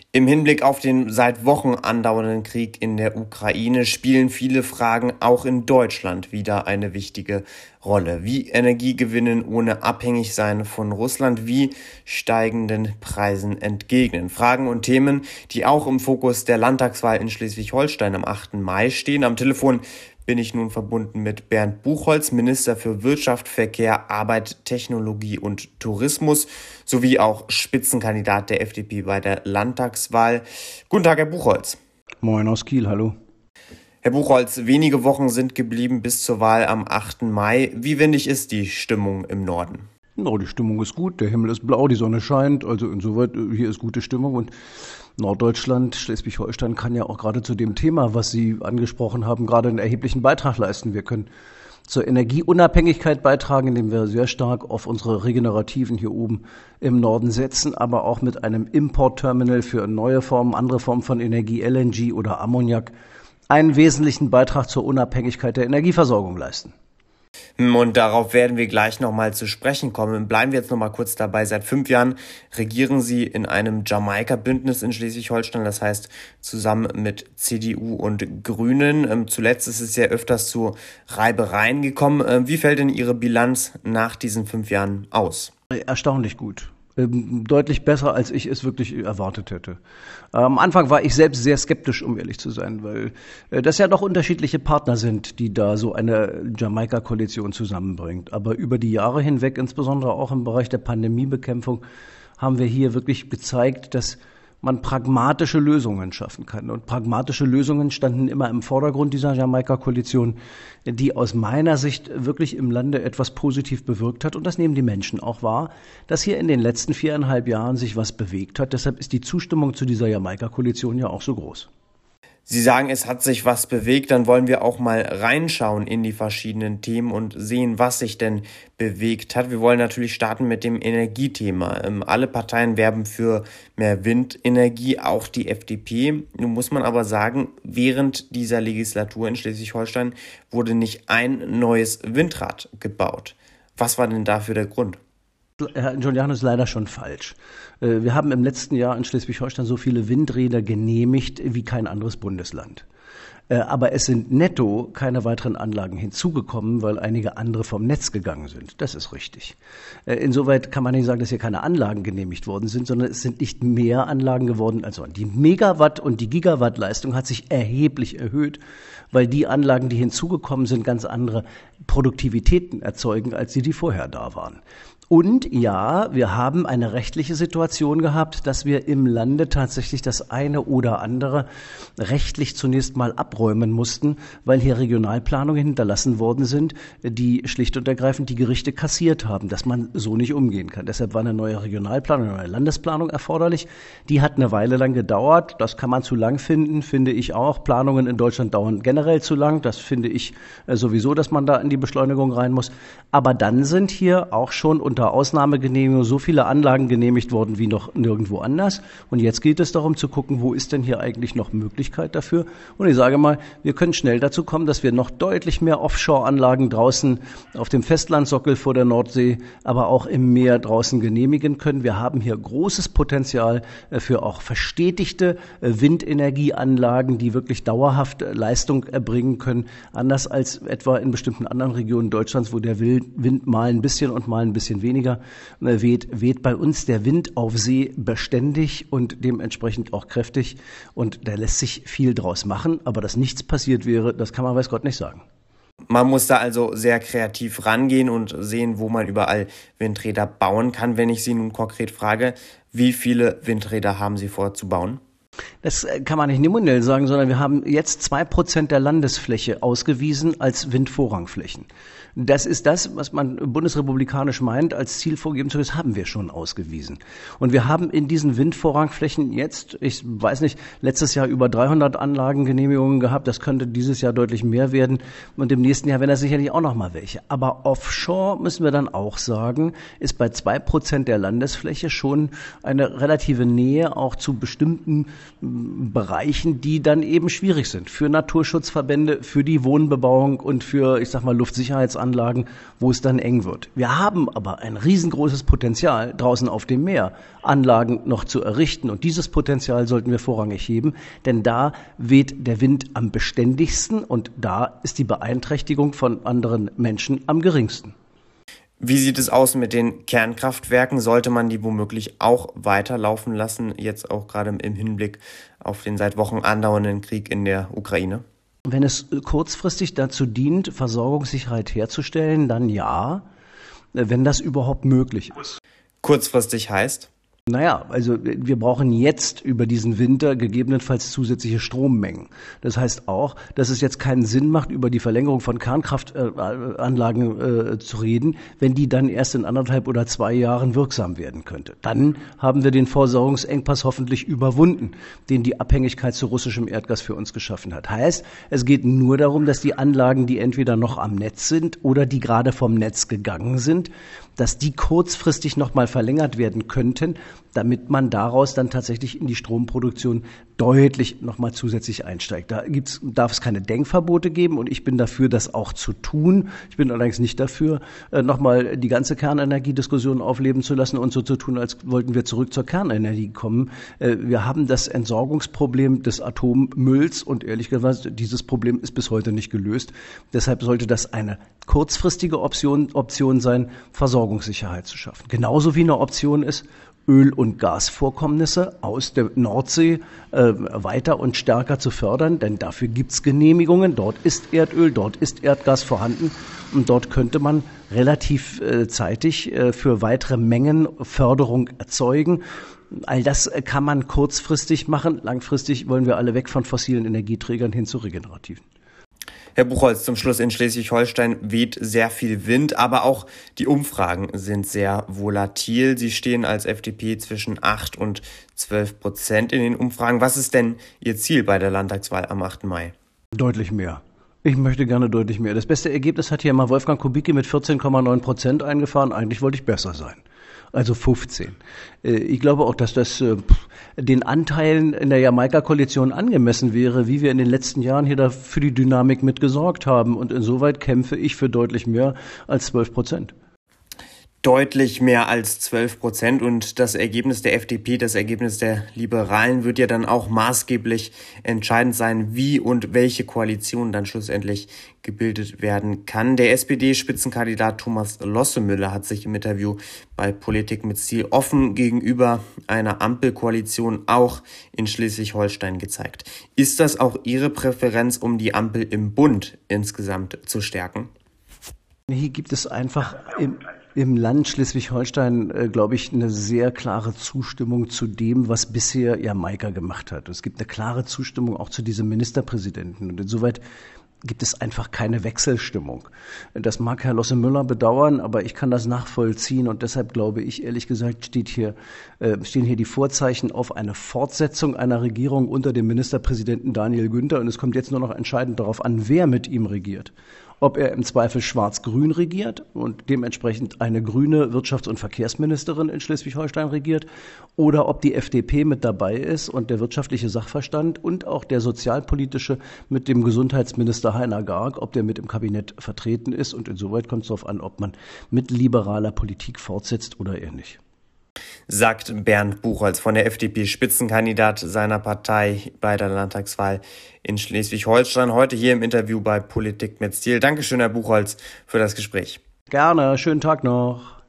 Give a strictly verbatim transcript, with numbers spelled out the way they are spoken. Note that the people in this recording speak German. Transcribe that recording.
Im Hinblick auf den seit Wochen andauernden Krieg in der Ukraine spielen viele Fragen auch in Deutschland wieder eine wichtige Rolle. Wie Energie gewinnen ohne abhängig sein von Russland, wie steigenden Preisen entgegnen. Fragen und Themen, die auch im Fokus der Landtagswahl in Schleswig-Holstein am achten Mai stehen. Am Telefon bin ich nun verbunden mit Bernd Buchholz, Minister für Wirtschaft, Verkehr, Arbeit, Technologie und Tourismus, sowie auch Spitzenkandidat der F D P bei der Landtagswahl. Guten Tag, Herr Buchholz. Moin aus Kiel, hallo. Herr Buchholz, wenige Wochen sind geblieben bis zur Wahl am achten Mai. Wie windig ist die Stimmung im Norden? No, die Stimmung ist gut, der Himmel ist blau, die Sonne scheint, also insoweit hier ist gute Stimmung und Norddeutschland, Schleswig-Holstein kann ja auch gerade zu dem Thema, was Sie angesprochen haben, gerade einen erheblichen Beitrag leisten. Wir können zur Energieunabhängigkeit beitragen, indem wir sehr stark auf unsere Regenerativen hier oben im Norden setzen, aber auch mit einem Importterminal für neue Formen, andere Formen von Energie, L N G oder Ammoniak, einen wesentlichen Beitrag zur Unabhängigkeit der Energieversorgung leisten. Und darauf werden wir gleich nochmal zu sprechen kommen. Bleiben wir jetzt nochmal kurz dabei. Seit fünf Jahren regieren Sie in einem Jamaika-Bündnis in Schleswig-Holstein, das heißt zusammen mit C D U und Grünen. Zuletzt ist es ja öfters zu Reibereien gekommen. Wie fällt denn Ihre Bilanz nach diesen fünf Jahren aus? Erstaunlich gut. Deutlich besser, als ich es wirklich erwartet hätte. Am Anfang war ich selbst sehr skeptisch, um ehrlich zu sein, weil das ja doch unterschiedliche Partner sind, die da so eine Jamaika-Koalition zusammenbringt. Aber über die Jahre hinweg, insbesondere auch im Bereich der Pandemiebekämpfung, haben wir hier wirklich gezeigt, dass man pragmatische Lösungen schaffen kann. Und pragmatische Lösungen standen immer im Vordergrund dieser Jamaika-Koalition, die aus meiner Sicht wirklich im Lande etwas positiv bewirkt hat. Und das nehmen die Menschen auch wahr, dass hier in den letzten viereinhalb Jahren sich was bewegt hat. Deshalb ist die Zustimmung zu dieser Jamaika-Koalition ja auch so groß. Sie sagen, es hat sich was bewegt, dann wollen wir auch mal reinschauen in die verschiedenen Themen und sehen, was sich denn bewegt hat. Wir wollen natürlich starten mit dem Energiethema. Ähm, alle Parteien werben für mehr Windenergie, auch die F D P. Nun muss man aber sagen, während dieser Legislatur in Schleswig-Holstein wurde nicht ein neues Windrad gebaut. Was war denn dafür der Grund? Herr Giuliano, ist leider schon falsch. Wir haben im letzten Jahr in Schleswig-Holstein so viele Windräder genehmigt wie kein anderes Bundesland. Aber es sind netto keine weiteren Anlagen hinzugekommen, weil einige andere vom Netz gegangen sind. Das ist richtig. Insoweit kann man nicht sagen, dass hier keine Anlagen genehmigt worden sind, sondern es sind nicht mehr Anlagen geworden als sonst. Die Megawatt- und die Gigawattleistung hat sich erheblich erhöht, weil die Anlagen, die hinzugekommen sind, ganz andere Produktivitäten erzeugen, als die, die vorher da waren. Und ja, wir haben eine rechtliche Situation gehabt, dass wir im Lande tatsächlich das eine oder andere rechtlich zunächst mal abräumen mussten, weil hier Regionalplanungen hinterlassen worden sind, die schlicht und ergreifend die Gerichte kassiert haben, dass man so nicht umgehen kann. Deshalb war eine neue Regionalplanung, eine neue Landesplanung erforderlich. Die hat eine Weile lang gedauert. Das kann man zu lang finden, finde ich auch. Planungen in Deutschland dauern generell zu lang. Das finde ich sowieso, dass man da in die Beschleunigung rein muss. Aber dann sind hier auch schon unter Ausnahmegenehmigung so viele Anlagen genehmigt worden wie noch nirgendwo anders. Und jetzt geht es darum zu gucken, wo ist denn hier eigentlich noch Möglichkeit dafür? Und ich sage mal, wir können schnell dazu kommen, dass wir noch deutlich mehr Offshore-Anlagen draußen auf dem Festlandsockel vor der Nordsee, aber auch im Meer draußen genehmigen können. Wir haben hier großes Potenzial für auch verstetigte Windenergieanlagen, die wirklich dauerhaft Leistung erbringen können. Anders als etwa in bestimmten anderen Regionen Deutschlands, wo der Wind mal ein bisschen und mal ein bisschen weniger weht, weht bei uns der Wind auf See beständig und dementsprechend auch kräftig. Und da lässt sich viel draus machen. Aber dass nichts passiert wäre, das kann man weiß Gott nicht sagen. Man muss da also sehr kreativ rangehen und sehen, wo man überall Windräder bauen kann. Wenn ich Sie nun konkret frage, wie viele Windräder haben Sie vor zu bauen? Das kann man nicht nominell sagen, sondern wir haben jetzt zwei Prozent der Landesfläche ausgewiesen als Windvorrangflächen. Das ist das, was man bundesrepublikanisch meint, als Ziel vorgeben zu können. Das haben wir schon ausgewiesen. Und wir haben in diesen Windvorrangflächen jetzt, ich weiß nicht, letztes Jahr über dreihundert Anlagengenehmigungen gehabt. Das könnte dieses Jahr deutlich mehr werden. Und im nächsten Jahr werden das sicherlich auch noch mal welche. Aber Offshore, müssen wir dann auch sagen, ist bei zwei Prozent der Landesfläche schon eine relative Nähe auch zu bestimmten in Bereichen, die dann eben schwierig sind. Für Naturschutzverbände, für die Wohnbebauung und für, ich sag mal, Luftsicherheitsanlagen, wo es dann eng wird. Wir haben aber ein riesengroßes Potenzial draußen auf dem Meer, Anlagen noch zu errichten. Und dieses Potenzial sollten wir vorrangig heben, denn da weht der Wind am beständigsten und da ist die Beeinträchtigung von anderen Menschen am geringsten. Wie sieht es aus mit den Kernkraftwerken? Sollte man die womöglich auch weiterlaufen lassen, jetzt auch gerade im Hinblick auf den seit Wochen andauernden Krieg in der Ukraine? Wenn es kurzfristig dazu dient, Versorgungssicherheit herzustellen, dann ja, wenn das überhaupt möglich ist. Kurzfristig heißt? Naja, also wir brauchen jetzt über diesen Winter gegebenenfalls zusätzliche Strommengen. Das heißt auch, dass es jetzt keinen Sinn macht, über die Verlängerung von Kernkraftanlagen äh, zu reden, wenn die dann erst in anderthalb oder zwei Jahren wirksam werden könnte. Dann haben wir den Versorgungsengpass hoffentlich überwunden, den die Abhängigkeit zu russischem Erdgas für uns geschaffen hat. Heißt, es geht nur darum, dass die Anlagen, die entweder noch am Netz sind oder die gerade vom Netz gegangen sind, dass die kurzfristig nochmal verlängert werden könnten, damit man daraus dann tatsächlich in die Stromproduktion deutlich nochmal zusätzlich einsteigt. Da gibt's, darf es keine Denkverbote geben und ich bin dafür, das auch zu tun. Ich bin allerdings nicht dafür, nochmal die ganze Kernenergiediskussion aufleben zu lassen und so zu tun, als wollten wir zurück zur Kernenergie kommen. Wir haben das Entsorgungsproblem des Atommülls und ehrlich gesagt, dieses Problem ist bis heute nicht gelöst. Deshalb sollte das eine kurzfristige Option, Option sein, Versorgungssicherheit zu schaffen. Genauso wie eine Option ist, Öl- und Gasvorkommnisse aus der Nordsee äh, weiter und stärker zu fördern, denn dafür gibt's Genehmigungen. Dort ist Erdöl, dort ist Erdgas vorhanden und dort könnte man relativ äh, zeitig äh, für weitere Mengen Förderung erzeugen. All das kann man kurzfristig machen. Langfristig wollen wir alle weg von fossilen Energieträgern hin zu regenerativen. Herr Buchholz, zum Schluss: In Schleswig-Holstein weht sehr viel Wind, aber auch die Umfragen sind sehr volatil. Sie stehen als F D P zwischen acht und zwölf Prozent in den Umfragen. Was ist denn Ihr Ziel bei der Landtagswahl am achten Mai? Deutlich mehr. Ich möchte gerne deutlich mehr. Das beste Ergebnis hat hier mal Wolfgang Kubicki mit vierzehn Komma neun Prozent eingefahren. Eigentlich wollte ich besser sein. Also fünfzehn. Ich glaube auch, dass das den Anteilen in der Jamaika-Koalition angemessen wäre, wie wir in den letzten Jahren hier da für die Dynamik mitgesorgt haben. Und insoweit kämpfe ich für deutlich mehr als zwölf Prozent. Deutlich mehr als zwölf Prozent und das Ergebnis der F D P, das Ergebnis der Liberalen wird ja dann auch maßgeblich entscheidend sein, wie und welche Koalition dann schlussendlich gebildet werden kann. Der S P D-Spitzenkandidat Thomas Lossemüller hat sich im Interview bei Politik mit Stil offen gegenüber einer Ampelkoalition auch in Schleswig-Holstein gezeigt. Ist das auch Ihre Präferenz, um die Ampel im Bund insgesamt zu stärken? Hier gibt es einfach im Im Land Schleswig-Holstein, äh, glaube ich, eine sehr klare Zustimmung zu dem, was bisher Jamaika gemacht hat. Es gibt eine klare Zustimmung auch zu diesem Ministerpräsidenten. Und insoweit gibt es einfach keine Wechselstimmung. Das mag Herr Lossemüller bedauern, aber ich kann das nachvollziehen. Und deshalb glaube ich, ehrlich gesagt, steht hier, äh, stehen hier die Vorzeichen auf eine Fortsetzung einer Regierung unter dem Ministerpräsidenten Daniel Günther. Und es kommt jetzt nur noch entscheidend darauf an, wer mit ihm regiert. Ob er im Zweifel schwarz-grün regiert und dementsprechend eine grüne Wirtschafts- und Verkehrsministerin in Schleswig-Holstein regiert oder ob die F D P mit dabei ist und der wirtschaftliche Sachverstand und auch der sozialpolitische mit dem Gesundheitsminister Heiner Garg, ob der mit im Kabinett vertreten ist. Und insoweit kommt es darauf an, ob man mit liberaler Politik fortsetzt oder eher nicht. Sagt Bernd Buchholz von der F D P, Spitzenkandidat seiner Partei bei der Landtagswahl in Schleswig-Holstein, heute hier im Interview bei Politik mit Stil. Dankeschön, Herr Buchholz, für das Gespräch. Gerne, schönen Tag noch.